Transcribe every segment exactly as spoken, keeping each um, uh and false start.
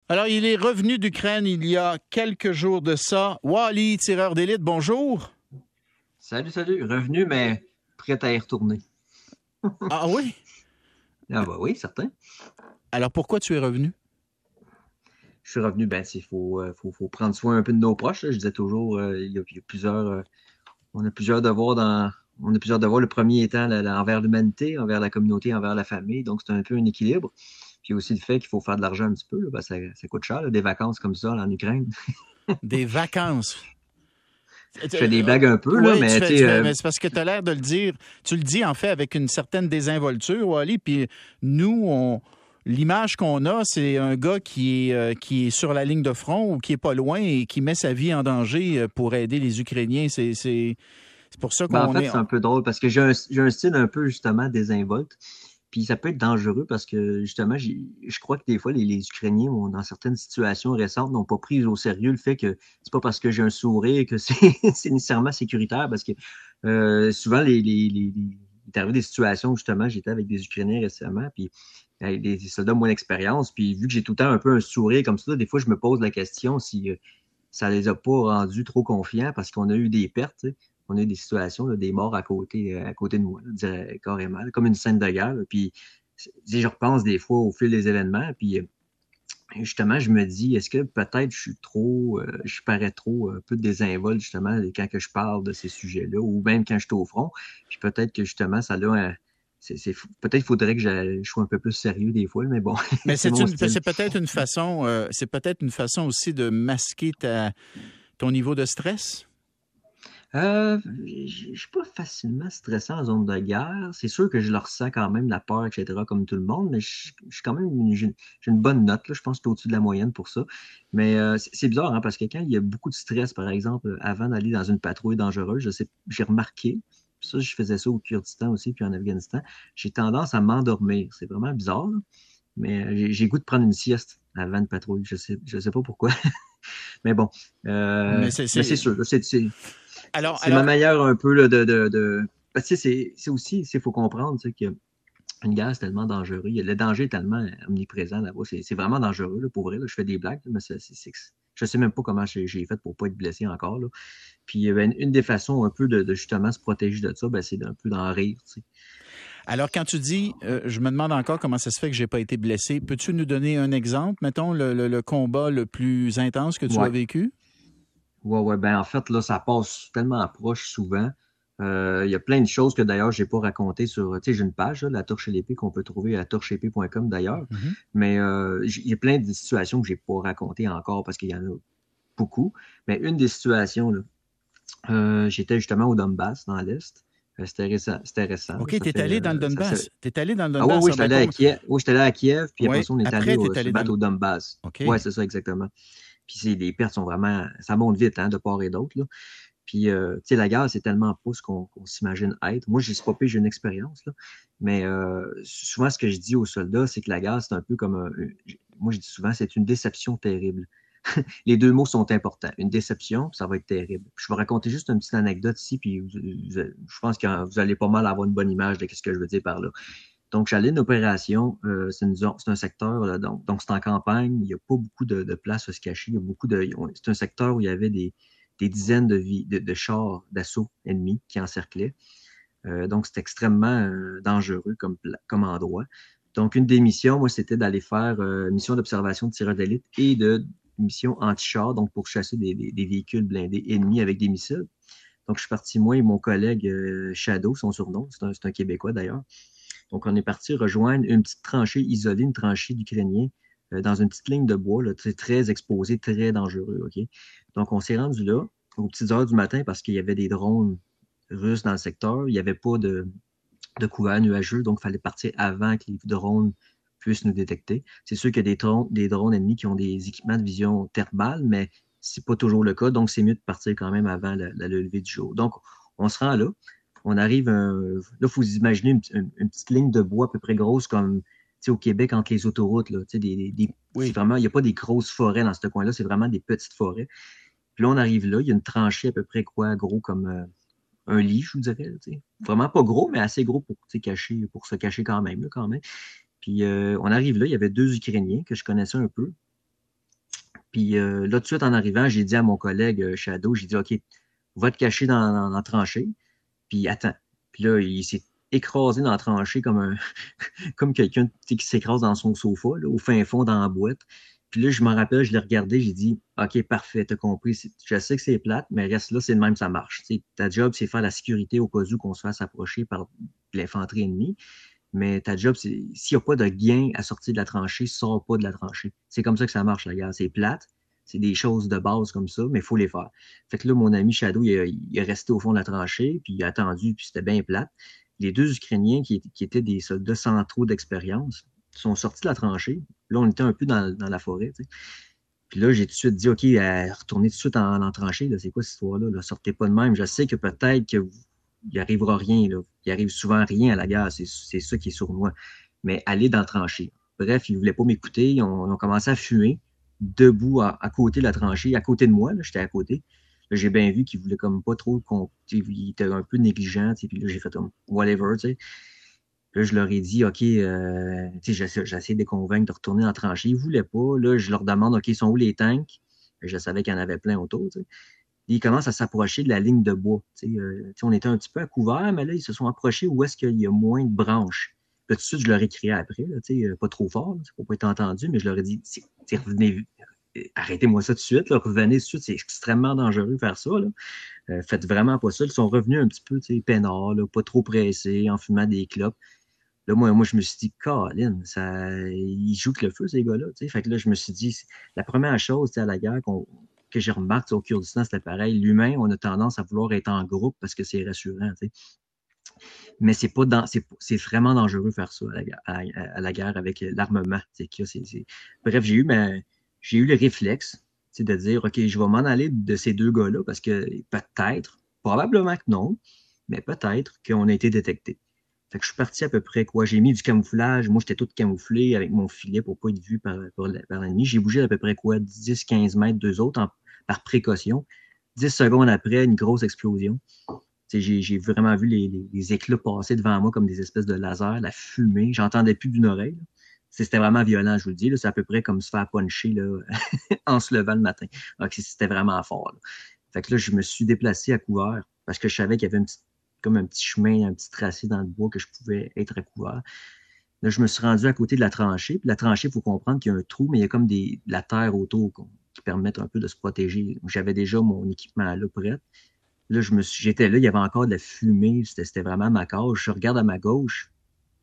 Alors, il est revenu d'Ukraine il y a quelques jours de ça. Wally, tireur d'élite, bonjour. Salut, salut. Revenu, mais prêt à y retourner. Ah oui? Ah bah oui, certain. Alors, pourquoi tu es revenu? Je suis revenu, ben, il faut, euh, faut, faut prendre soin un peu de nos proches, là. Je disais toujours, euh, il y a, il y a plusieurs, euh, on a plusieurs devoirs dans, on a plusieurs devoirs. Le premier étant la- la- envers l'humanité, envers la communauté, envers la famille. Donc, c'est un peu un équilibre. Puis aussi le fait qu'il faut faire de l'argent un petit peu, là. Ben, ça, ça coûte cher, là, des vacances comme ça, là, en Ukraine. Des vacances. Je fais des blagues un peu, là, Oui, tu mais tu fais, tu sais, fais, euh, mais c'est parce que tu as l'air de le dire. Tu le dis, en fait, avec une certaine désinvolture, Wally. Puis nous, on, l'image qu'on a, c'est un gars qui est, euh, qui est sur la ligne de front ou qui est pas loin et qui met sa vie en danger euh, pour aider les Ukrainiens. C'est, c'est, c'est pour ça ben, en qu'on fait, est... c'est un peu drôle parce que j'ai un, j'ai un style un peu, justement, désinvolte. Puis ça peut être dangereux parce que justement, j'ai- je crois que des fois, les, les Ukrainiens, ont, dans certaines situations récentes, n'ont pas pris au sérieux le fait que c'est pas parce que j'ai un sourire que c'est c'est nécessairement sécuritaire. Parce que euh, souvent, les, les, les, les- il est arrivé des situations où justement, j'étais avec des Ukrainiens récemment, puis avec des, des soldats de moins d'expérience. Puis vu que j'ai tout le temps un peu un sourire comme ça, des fois, je me pose la question si euh, ça les a pas rendus trop confiants parce qu'on a eu des pertes, tu sais. On a eu des situations, là, des morts à côté, euh, à côté de moi, là, dirais, carrément, là, comme une scène de guerre. Là. Puis, je repense des fois au fil des événements, puis euh, justement, je me dis, est-ce que peut-être je suis trop, euh, je parais trop euh, un peu désinvolte, justement, quand que je parle de ces sujets-là, ou même quand je suis au front. Puis peut-être que justement, ça a un, c'est, c'est, peut-être qu'il faudrait que je, je sois un peu plus sérieux des fois, mais bon, Mais c'est c'est mon une, style. c'est peut-être une façon, euh, c'est peut-être une façon aussi de masquer ta, ton niveau de stress. Euh, je je suis pas facilement stressé en zone de guerre. C'est sûr que je le ressens quand même, la peur, et cetera, comme tout le monde, mais je, je suis quand même une, j'ai j'ai une bonne note, là. Je pense que c'est au-dessus de la moyenne pour ça. Mais euh, c'est c'est bizarre, hein, parce que quand il y a beaucoup de stress, par exemple, avant d'aller dans une patrouille dangereuse, je sais, j'ai remarqué, ça, je faisais ça au Kurdistan aussi, puis en Afghanistan, j'ai tendance à m'endormir. C'est vraiment bizarre, là. Mais euh, j'ai j'ai goût de prendre une sieste avant une patrouille. Je sais, je sais pas pourquoi. Mais bon, euh, Mais c'est, mais c'est c'est... sûr, là, c'est, c'est, Alors, c'est ma alors, manière un peu là, de, de, de... Parce que c'est c'est aussi, il faut comprendre tu sais, qu'une guerre, c'est tellement dangereux. Il y a- Le danger est tellement omniprésent là-bas. C'est c'est vraiment dangereux, là, pour vrai. Là. Je fais des blagues, là, mais c'est, c'est, c'est- je sais même pas comment j'ai j'ai fait pour pas être blessé encore. Là. Puis ben, une des façons un peu de, de justement se protéger de ça, ben, c'est un peu d'en rire. Tu sais. alors, quand tu dis, euh, je me demande encore comment ça se fait que j'ai pas été blessé, peux-tu nous donner un exemple, mettons, le, le, le combat le plus intense que tu as Ouais. vécu? Ouais, ouais, ben en fait, là, ça passe tellement proche souvent. Euh, Il y a plein de choses que d'ailleurs, j'ai pas racontées sur. Tu sais, j'ai une page, là, La Torche et l'épée, qu'on peut trouver à torche épée point com d'ailleurs. Mhm. Mais euh, j- il y a plein de situations que j'ai pas racontées encore parce qu'il y en a beaucoup. Mais une des situations, là, euh, j'étais justement au Donbass, dans l'Est. Euh, c'était récent, c'était récent, là, OK, ça tu es fait. allé dans le euh, ça, Donbass. c'est- Tu es allé dans le Ah oui, Donbass. oui, Ah, j'étais ben, allé à com- Kiev. Oui, j'étais allé à Kiev, puis après ouais. ça, on est allé Après, tu euh, es se allé dans battre le... au Donbass. OK. Ouais, c'est ça, exactement. Puis c'est, les pertes sont vraiment. Ça monte vite, hein, de part et d'autre, là. Puis, euh, tu sais, la guerre, c'est tellement pas ce qu'on qu'on s'imagine être. Moi, j'ai pas pire, j'ai une expérience, là. Mais euh, souvent, ce que je dis aux soldats, c'est que la guerre, c'est un peu comme un, moi, je dis souvent, c'est une déception terrible. Les deux mots sont importants. Une déception, ça va être terrible. Je vais raconter juste une petite anecdote ici, puis vous- vous- je pense que vous allez pas mal avoir une bonne image de ce que je veux dire par là. Donc, j'allais une opération, euh, c'est une zone- c'est un secteur, là, donc donc c'est en campagne, il n'y a pas beaucoup de, de place à se cacher, il y a beaucoup de, c'est un secteur où il y avait des, des dizaines de, vi- de, de chars d'assaut ennemis qui encerclaient. Euh, donc, c'est extrêmement euh, dangereux comme, pla- comme endroit. Donc, une des missions, moi, c'était d'aller faire euh, une mission d'observation de tireur d'élite et de mission anti-char, donc pour chasser des, des, des véhicules blindés ennemis avec des missiles. Donc, je suis parti, moi et mon collègue euh, Shadow, son surnom, c'est un, c'est un Québécois d'ailleurs. Donc, on est parti rejoindre une petite tranchée isolée, une tranchée d'Ukrainiens, euh, dans une petite ligne de bois, là, très, très exposée, très dangereux. OK? Donc, on s'est rendu là aux petites heures du matin parce qu'il y avait des drones russes dans le secteur. Il n'y avait pas de, de couvert nuageux, donc il fallait partir avant que les drones puissent nous détecter. C'est sûr qu'il y a des, drones, des drones ennemis qui ont des équipements de vision thermale, mais c'est pas toujours le cas, donc c'est mieux de partir quand même avant la, la levée du jour. Donc, on se rend là. On arrive, un, là, il faut vous imaginer une, une, une, petite ligne de bois à peu près grosse comme au Québec entre les autoroutes. Là, des, des, des, c'est Oui. vraiment, il n'y a pas des grosses forêts dans ce coin-là, c'est vraiment des petites forêts. Puis là, on arrive là, il y a une tranchée à peu près quoi, gros comme euh, un lit, je vous dirais. Là, vraiment pas gros, mais assez gros pour, cacher, pour se cacher quand même. Là, quand même. Puis euh, on arrive là, il y avait deux Ukrainiens que je connaissais un peu. Puis euh, là, tout de suite en arrivant, j'ai dit à mon collègue euh, Shadow, j'ai dit, OK, va te cacher dans, dans, dans la tranchée, puis attends. Puis là, il s'est écrasé dans la tranchée comme un comme quelqu'un qui s'écrase dans son sofa, là, au fin fond dans la boîte. Puis là, je m'en rappelle, je l'ai regardé, j'ai dit, OK, parfait, t'as compris. Je sais que c'est plate, mais reste là, c'est de même, ça marche. T'sais, ta job, c'est faire la sécurité au cas où qu'on se fasse approcher par l'infanterie ennemie. Mais ta job, c'est s'il n'y a pas de gain à sortir de la tranchée, sors pas de la tranchée. C'est comme ça que ça marche, la guerre. C'est plate. C'est des choses de base comme ça, mais il faut les faire. Fait que là, mon ami Shadow, il, a, il est resté au fond de la tranchée, puis il a attendu, puis c'était bien plate. Les deux Ukrainiens qui, qui étaient des soldats sans trop d'expérience sont sortis de la tranchée. Là, on était un peu dans, dans la forêt, tu sais. Puis là, j'ai tout de suite dit, OK, euh, retournez tout de suite en, en tranchée. Là, c'est quoi cette histoire-là? Là? Sortez pas de même. Je sais que peut-être que vous, il arrivera rien. Là. Il arrive souvent rien à la guerre. C'est, c'est ça qui est sournois. Mais allez dans la tranchée. Bref, ils ne voulaient pas m'écouter. Ils ont, ils ont commencé à fumer debout à, à côté de la tranchée, à côté de moi. Là, j'étais à côté. Là, j'ai bien vu qu'ils voulaient comme pas trop. Ils étaient un peu négligents. Puis là, j'ai fait comme whatever. Tu sais. Là, je leur ai dit, OK, euh, j'essaie, j'essaie de les convaincre de retourner en tranchée. Ils ne voulaient pas. Là, je leur demande, OK, ils sont où les tanks? Je savais qu'il y en avait plein autour. T'sais. Ils commencent à s'approcher de la ligne de bois. Euh, on était un petit peu à couvert, mais là, ils se sont approchés où est-ce qu'il y a moins de branches. Là, tout de suite, je leur ai crié après, là, pas trop fort, là, pour pas être entendu, mais je leur ai dit, revenez, arrêtez-moi ça tout de suite, là, revenez tout de suite, c'est extrêmement dangereux de faire ça. Là. Euh, faites vraiment pas ça. Ils sont revenus un petit peu peinards, là, pas trop pressés, en fumant des clopes. Là, moi, moi, je me suis dit, Colin, ça, ils jouent que le feu, ces gars-là. T'sais. Fait que là, je me suis dit, la première chose à la guerre qu'on, que j'ai remarqué au Kurdistan, c'était pareil. L'humain, on a tendance à vouloir être en groupe parce que c'est rassurant. T'sais. Mais c'est pas dans, c'est, c'est vraiment dangereux de faire ça à la, à, à la guerre avec l'armement. C'est, c'est, c'est... Bref, j'ai eu, ma, j'ai eu le réflexe de dire, OK, je vais m'en aller de ces deux gars-là parce que peut-être, probablement que non, mais peut-être qu'on a été détecté. Fait que je suis parti à peu près quoi. J'ai mis du camouflage. Moi, j'étais tout camouflé avec mon filet pour pas être vu par, par, par l'ennemi. J'ai bougé à peu près quoi, dix quinze mètres d'eux autres en, par précaution. dix secondes après, une grosse explosion. J'ai, j'ai vraiment vu les, les, les éclats passer devant moi comme des espèces de lasers, la fumée. J'entendais plus d'une oreille. Là. C'était vraiment violent, je vous le dis. Là. C'est à peu près comme se faire puncher là, en se levant le matin. Donc, c'était vraiment fort. Là. Fait que là, je me suis déplacé à couvert parce que je savais qu'il y avait une petite comme un petit chemin, un petit tracé dans le bois que je pouvais être à couvert. Là, je me suis rendu à côté de la tranchée. Puis la tranchée, il faut comprendre qu'il y a un trou, mais il y a comme des, de la terre autour qui permettent un peu de se protéger. J'avais déjà mon équipement là prêt. Là, je me suis, j'étais là, il y avait encore de la fumée. C'était, c'était vraiment ma cage. Je regarde à ma gauche.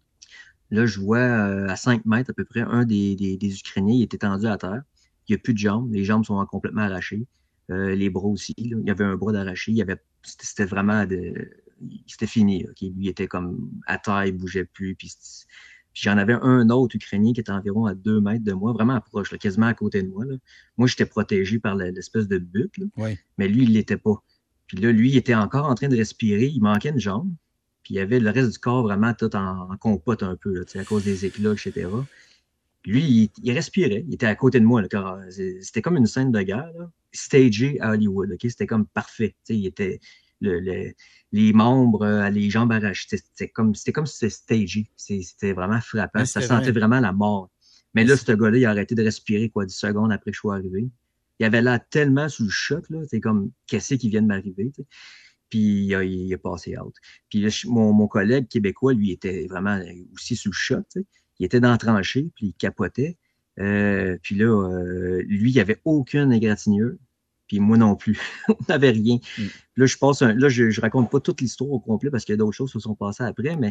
Là, je vois euh, à cinq mètres à peu près un des, des, des Ukrainiens. Il était tendu à terre. Il n'y a plus de jambes. Les jambes sont complètement arrachées. Euh, les bras aussi. Là. Il y avait un bras d'arraché. Il y avait, c'était, c'était vraiment de, c'était fini. Là. Lui était comme à terre, il bougeait plus. Puis, puis j'en avais un autre Ukrainien qui était environ à deux mètres de moi, vraiment proche, là, quasiment à côté de moi. Là. Moi, j'étais protégé par l'espèce de butte, là, oui. Mais lui, il l'était pas. Puis là, lui, il était encore en train de respirer. Il manquait une jambe. Puis il y avait le reste du corps vraiment tout en, en compote un peu, là, à cause des éclats, et cetera. Lui, il, il respirait. Il était à côté de moi. Là, car c'était comme une scène de guerre, là, stagée à Hollywood. Okay? C'était comme parfait. T'sais, il était le, le, les membres, euh, les jambes arrachées. C'était comme, c'était comme si c'était stagé. C'était vraiment frappant. Ça sentait vrai. Vraiment la mort. Mais là, ce gars-là, il a arrêté de respirer quoi, dix secondes après que je sois arrivé. Il avait l'air tellement sous le choc. Là, c'est comme, qu'est-ce qui vient de m'arriver? T'sais? Puis il a, il a passé out. Puis là, mon, mon collègue québécois, lui, était vraiment aussi sous le choc. T'sais. Il était dans la tranchée, puis il capotait. Euh, puis là, euh, lui, il n'y avait aucune égratignure. Puis moi non plus. On n'avait rien. Mm. Là, je passe un, là, je, je raconte pas toute l'histoire au complet parce qu'il y a d'autres choses qui se sont passées après, mais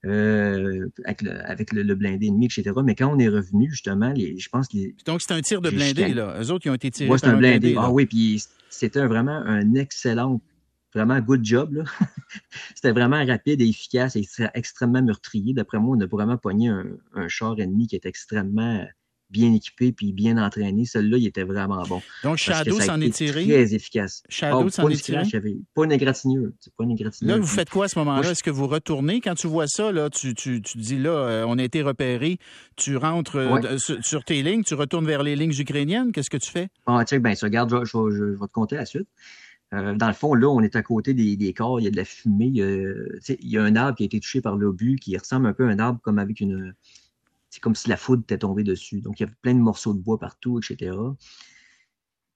euh, avec, le, avec le, le blindé ennemi, et cetera. Mais quand on est revenu, justement, les, je pense que les, donc, c'est un tir de blindé, là. Eux autres, ils ont été tirés ouais, par un blindé. blindé ah oui, puis c'était vraiment un excellent, vraiment good job, là. C'était vraiment rapide et efficace et extrêmement meurtrier. D'après moi, on a vraiment pogné un, un char ennemi qui était extrêmement bien équipé puis bien entraîné. Celui-là, il était vraiment bon. Donc, Shadow s'en est tiré. Très efficace. Shadow oh, s'en est tiré. J'avais pas une égratignure. Pas une égratignure. Là, vous faites quoi à ce moment-là? Moi, Est-ce que vous retournez? Quand tu vois ça, là, tu, tu, tu dis là, euh, on a été repéré. Tu rentres ouais. euh, sur, sur tes lignes, tu retournes vers les lignes ukrainiennes. Qu'est-ce que tu fais? Ah, check, ben, ça, regarde, je, je, je, je vais te compter la suite. Euh, dans le fond, là, on est à côté des, des corps, il y a de la fumée. Il y a, il y a un arbre qui a été touché par l'obus qui ressemble un peu à un arbre comme avec une. C'est comme si la foudre était tombée dessus. Donc, il y a plein de morceaux de bois partout, et cetera.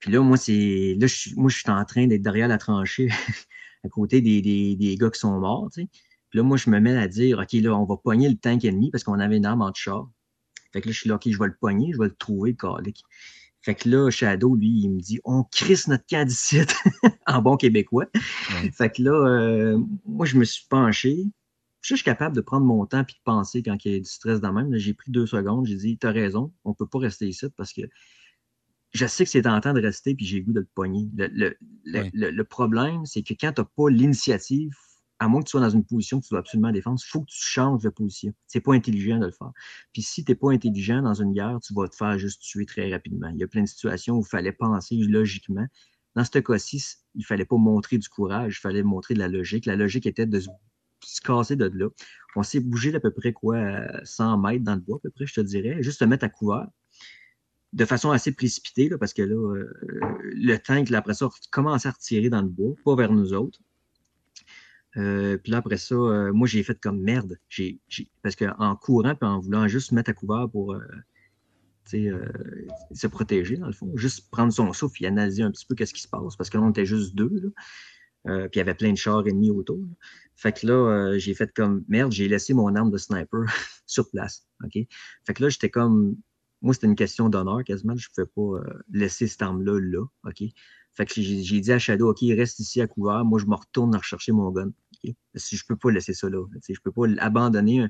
Puis là, moi, c'est là, je suis, moi, je suis en train d'être derrière la tranchée à côté des, des, des gars qui sont morts, tu sais. Puis là, moi, je me mets à dire, OK, là, on va pogner le tank ennemi parce qu'on avait une arme en char. Fait que là, je suis là, OK, je vais le pogner, je vais le trouver, calique. Fait que là, Shadow, lui, il me dit, on crisse notre camp d'ici, en bon québécois. Ouais. Fait que là, euh, moi, je me suis penché. Je suis capable de prendre mon temps puis de penser quand il y a du stress dans le même. Là, j'ai pris deux secondes, j'ai dit, t'as raison, on peut pas rester ici parce que je sais que c'est tentant de rester puis j'ai le goût de le pogner. Le, le, le, oui. le, le problème, c'est que quand t'as pas l'initiative, à moins que tu sois dans une position que tu dois absolument défendre, il faut que tu changes de position. C'est pas intelligent de le faire. Puis si t'es pas intelligent dans une guerre, tu vas te faire juste tuer très rapidement. Il y a plein de situations où il fallait penser logiquement. Dans ce cas-ci, il fallait pas montrer du courage, il fallait montrer de la logique. La logique était de se, se casser de là. On s'est bougé d'à peu près quoi, cent mètres dans le bois, à peu près, je te dirais, juste se mettre à couvert. De façon assez précipitée, là, parce que là, euh, le tank, là, après ça, commençait à retirer dans le bois, pas vers nous autres. Euh, puis là, après ça, euh, moi, j'ai fait comme merde. J'ai, j'ai, parce qu'en courant puis en voulant juste se mettre à couvert pour euh, euh, se protéger, dans le fond, juste prendre son souffle et analyser un petit peu qu'est-ce qui se passe, parce que là, on était juste deux, là. Euh, puis il y avait plein de chars ennemis autour. Là. Fait que là, euh, j'ai fait comme merde, j'ai laissé mon arme de sniper sur place. OK? Fait que là, j'étais comme. Moi, c'était une question d'honneur quasiment. Je ne pouvais pas euh, laisser cette arme-là là. OK? Fait que j'ai, j'ai dit à Shadow, OK, reste ici à couvert. Moi, je me retourne à rechercher mon gun. Okay? Parce que je peux pas laisser ça là. Je peux pas abandonner. Un...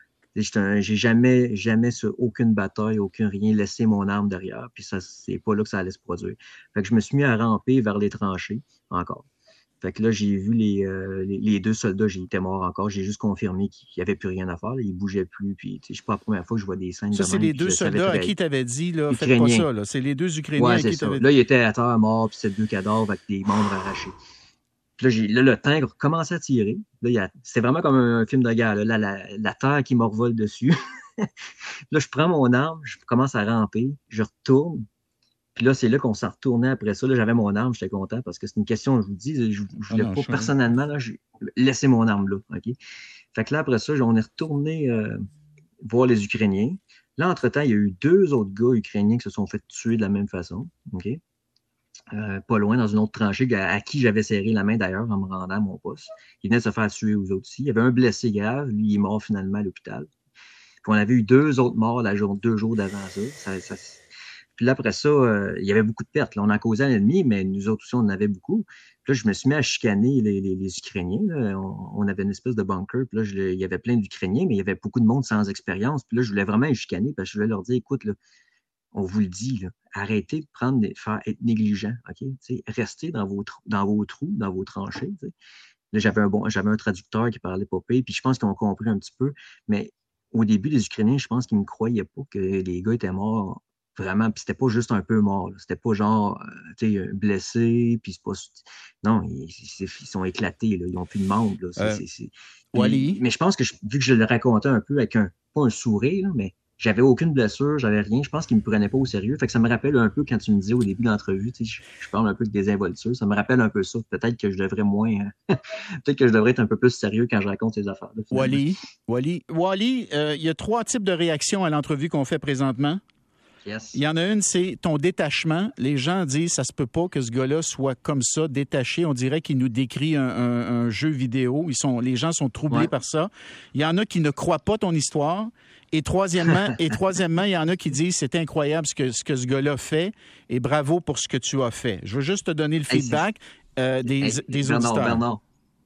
J'ai jamais, jamais sur aucune bataille, aucun rien, laissé mon arme derrière. Puis ça, c'est pas là que ça allait se produire. Fait que je me suis mis à ramper vers les tranchées encore. Fait que là, j'ai vu les, euh, les, les deux soldats, j'étais mort encore. J'ai juste confirmé qu'il n'y avait plus rien à faire. Là. Ils ne bougeaient plus. Puis, je sais pas la première fois que je vois des scènes. Ça, de c'est même, les deux soldats à qui tu avais dit, là, faites pas ça. Là. C'est les deux Ukrainiens ouais, à qui tu avais dit. Là, ils étaient à terre morts, puis c'était deux cadavres avec des membres arrachés. Puis là, j'ai, là, le tank commençait à tirer. Là, il y a, c'était vraiment comme un film de guerre. Là, la, la, la terre qui me revole dessus. Là, je prends mon arme, je commence à ramper, je retourne. Puis là, c'est là qu'on s'en retournait après ça. Là, j'avais mon arme, j'étais content parce que c'est une question, je vous dis, je, je voulais ah non, pas je personnellement, là, j'ai laissé mon arme là. OK? Fait que là, après ça, on est retourné euh, voir les Ukrainiens. Là, entre-temps, il y a eu deux autres gars ukrainiens qui se sont fait tuer de la même façon. OK? Euh, pas loin, dans une autre tranchée, à, à qui j'avais serré la main d'ailleurs en me rendant à mon poste. Ils venaient de se faire tuer aux autres aussi. Il y avait un blessé grave, lui, il est mort finalement à l'hôpital. Puis on avait eu deux autres morts la jour, deux jours d'avant ça. ça, ça Puis là, après ça, euh, il y avait beaucoup de pertes. Là, on en causait à l'ennemi, mais nous autres aussi, on en avait beaucoup. Puis là, je me suis mis à chicaner les, les, les Ukrainiens. Là. On, on avait une espèce de bunker. Puis là, je, il y avait plein d'Ukrainiens, mais il y avait beaucoup de monde sans expérience. Puis là, je voulais vraiment les chicaner parce que je voulais leur dire, écoute, là, on vous le dit, là, arrêtez de prendre des, faire être négligent. OK? T'sais, restez dans vos, dans vos trous, dans vos tranchées. T'sais. Là, j'avais un bon, j'avais un traducteur qui parlait pas pire, puis je pense qu'ils ont compris un petit peu. Mais au début, les Ukrainiens, je pense qu'ils ne croyaient pas que les gars étaient morts. Vraiment, puis c'était pas juste un peu mort. Là. C'était pas genre, euh, tu sais, blessé, puis c'est pas... Non, ils, ils sont éclatés, là. Ils ont plus de membres, là. C'est, euh, c'est, c'est... Puis, Wally. Mais je pense que, je, vu que je le racontais un peu avec un, pas un sourire, là, mais j'avais aucune blessure, j'avais rien. Je pense qu'ils me prenaient pas au sérieux. Fait que ça me rappelle un peu quand tu me disais au début de l'entrevue, tu sais, je, je parle un peu de désinvolture. Ça me rappelle un peu ça. Peut-être que je devrais moins... Hein, peut-être que je devrais être un peu plus sérieux quand je raconte ces affaires-là. Wally, Wally, Wally, euh, il y a trois types de réactions à l'entrevue qu'on fait présentement. Yes. Il y en a une, c'est ton détachement. Les gens disent ça se peut pas que ce gars-là soit comme ça, détaché. On dirait qu'il nous décrit un, un, un jeu vidéo. Ils sont, les gens sont troublés ouais. par ça. Il y en a qui ne croient pas ton histoire. Et troisièmement, et troisièmement, il y en a qui disent c'est incroyable ce que ce, que ce gars-là fait et bravo pour ce que tu as fait. Je veux juste te donner le feedback hey, euh, des, hey, des Bernard, auditeurs. Bernard,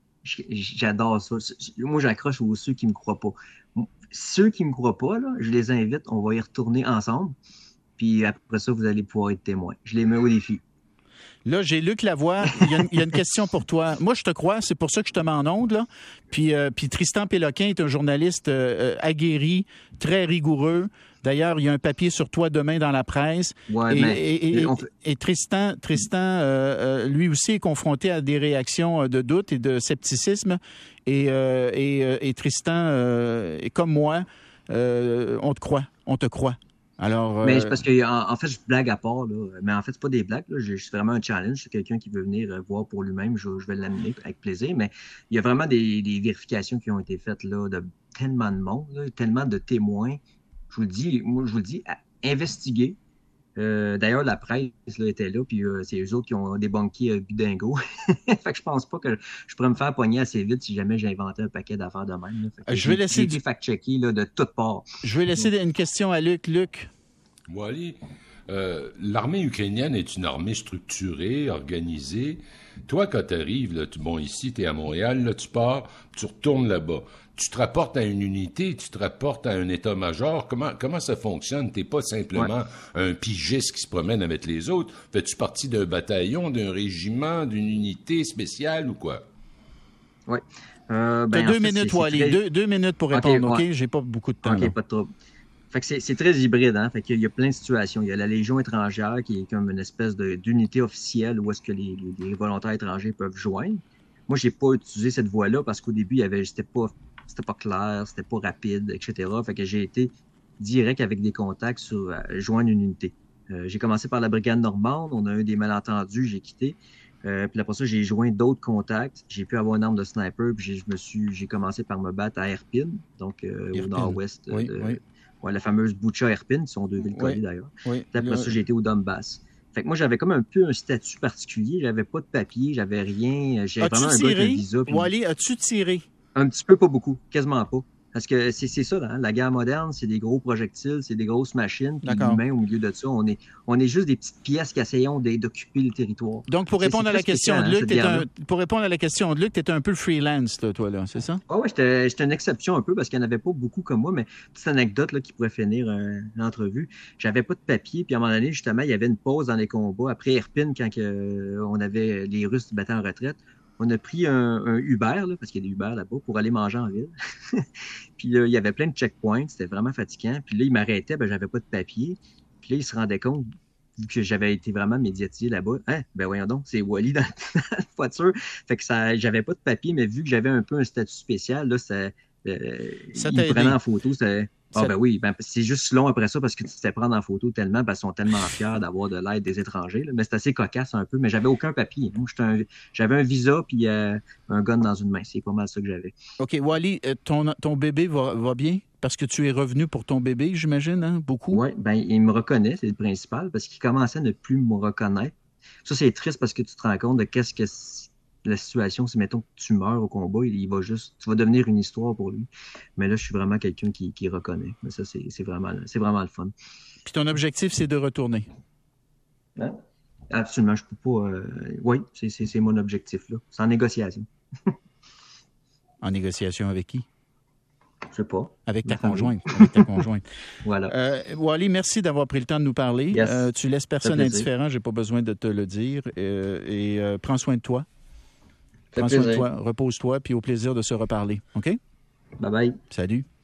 j'adore ça. Moi, j'accroche aux ceux qui me croient pas. Ceux qui me croient pas, là, je les invite. On va y retourner ensemble. Puis après ça, vous allez pouvoir être témoin. Je les mets au défi. Là, j'ai Luc Lavoie. Il y, a une, il y a une question pour toi. Moi, je te crois. C'est pour ça que je te mets en onde, là. Puis, euh, puis Tristan Péloquin est un journaliste euh, aguerri, très rigoureux. D'ailleurs, il y a un papier sur toi demain dans la presse. Ouais, et, mais et, et, fait... et Tristan, Tristan euh, euh, lui aussi est confronté à des réactions de doute et de scepticisme. Et, euh, et, et Tristan, euh, est comme moi, euh, on te croit. On te croit. Alors, euh... Mais c'est parce que en, en fait, je blague à part, là. Mais en fait, c'est pas des blagues, là. Je, je suis vraiment un challenge. C'est quelqu'un qui veut venir voir pour lui-même. Je, je vais l'amener avec plaisir. Mais il y a vraiment des, des vérifications qui ont été faites là, de tellement de monde, là, tellement de témoins. Je vous le dis, moi, je vous le dis, investiguez. Euh, d'ailleurs, la presse là, était là, puis euh, c'est eux autres qui ont débunké euh, Budingo. Fait que je pense pas que je pourrais me faire pogner assez vite si jamais j'ai inventé un paquet d'affaires de même. Là. Fait que Je vais j'ai, laisser j'ai du... été fact-checké là, de toutes parts. Je vais laisser une question à Luc. Luc. Wally, euh, l'armée ukrainienne est une armée structurée, organisée. Toi, quand tu arrives, bon, ici, tu es à Montréal, là, tu pars, tu retournes là-bas. Tu te rapportes à une unité, tu te rapportes à un état-major. Comment, comment ça fonctionne? Tu n'es pas simplement ouais. un pigiste qui se promène avec les autres. Fais-tu partie d'un bataillon, d'un régiment, d'une unité spéciale ou quoi? Oui. Euh, ben, tu as deux fait, minutes, Wally. Très... Deux, deux minutes pour répondre, OK? okay? J'ai pas beaucoup de temps. OK, là. Pas de trouble. Fait que c'est, c'est très hybride, hein. Fait qu'il y a plein de situations. Il y a la Légion étrangère qui est comme une espèce de, d'unité officielle où est-ce que les, les, les volontaires étrangers peuvent joindre. Moi, j'ai pas utilisé cette voie-là parce qu'au début, il y avait, c'était pas, c'était pas clair, c'était pas rapide, et cetera. Fait que j'ai été direct avec des contacts sur euh, joindre une unité. Euh, j'ai commencé par la brigade normande. On a eu des malentendus, j'ai quitté. Euh, puis après ça, j'ai joint d'autres contacts. J'ai pu avoir une arme de sniper. Puis j'ai, je me suis, j'ai commencé par me battre à Irpin, donc euh, au nord-ouest oui, de. Oui. Ouais, la fameuse Butcha-Irpin, qui sont deux villes collées oui, d'ailleurs. Oui, puis après oui. ça, j'ai été au Donbass. Fait que moi, j'avais comme un peu un statut particulier. J'avais pas de papier, j'avais rien. J'avais as-tu vraiment tiré? un gars visa. Puis... Wally, as-tu tiré? Un petit peu, pas beaucoup. Quasiment pas. Parce que c'est, c'est ça, hein? La guerre moderne, c'est des gros projectiles, c'est des grosses machines. Puis l'humain, au milieu de ça, on est, on est juste des petites pièces qui essayons d'occuper le territoire. Donc, pour répondre, à la, question de Luc, t'es un, pour répondre à la question de Luc, tu étais un peu le freelance, là, toi, là, c'est ça? Ah ouais, j'étais, j'étais une exception un peu parce qu'il n'y en avait pas beaucoup comme moi, mais petite anecdote là, qui pourrait finir euh, l'entrevue. J'avais pas de papier, puis à un moment donné, justement, il y avait une pause dans les combats. Après Irpin, quand euh, on avait les Russes qui battaient en retraite, on a pris un, un Uber, là, parce qu'il y a des Uber là-bas, pour aller manger en ville. Puis là, il y avait plein de checkpoints, c'était vraiment fatigant. Puis là, il m'arrêtait, ben j'avais pas de papier. Puis là, il se rendait compte que j'avais été vraiment médiatisé là-bas. Hein? Ben voyons donc, c'est Wally dans, dans la voiture. Fait que ça, j'avais pas de papier, mais vu que j'avais un peu un statut spécial, là, ça, euh, ça il me prenait en photo, c'était... Ah, ben oui, ben, c'est juste long après ça parce que tu te fais prendre en photo tellement, parce qu'ils sont tellement fiers d'avoir de l'aide des étrangers. Là. Mais c'est assez cocasse un peu, mais j'avais aucun papier. Moi, j'étais un, j'avais un visa puis euh, un gun dans une main. C'est pas mal ça que j'avais. OK, Wally, ton, ton bébé va, va bien? Parce que tu es revenu pour ton bébé, j'imagine, hein? Beaucoup? Oui, ben il me reconnaît, c'est le principal, parce qu'il commençait à ne plus me reconnaître. Ça, c'est triste parce que tu te rends compte de qu'est-ce que la situation, si mettons que tu meurs au combat, il, il va juste, tu vas devenir une histoire pour lui. Mais là, je suis vraiment quelqu'un qui, qui reconnaît. Mais ça, c'est, c'est vraiment, c'est vraiment le fun. Puis ton objectif, c'est de retourner? Hein? Absolument, je peux pas. Euh... Oui, c'est, c'est, c'est mon objectif là. C'est en négociation. En négociation avec qui? Je sais pas. Avec ta conjointe. Avec ta conjointe. Voilà. Euh, Wally, merci d'avoir pris le temps de nous parler. Yes. Euh, tu laisses personne indifférent, j'ai pas besoin de te le dire. Euh, et euh, prends soin de toi. Prends soin de toi, repose-toi, puis au plaisir de se reparler. OK? Bye bye. Salut.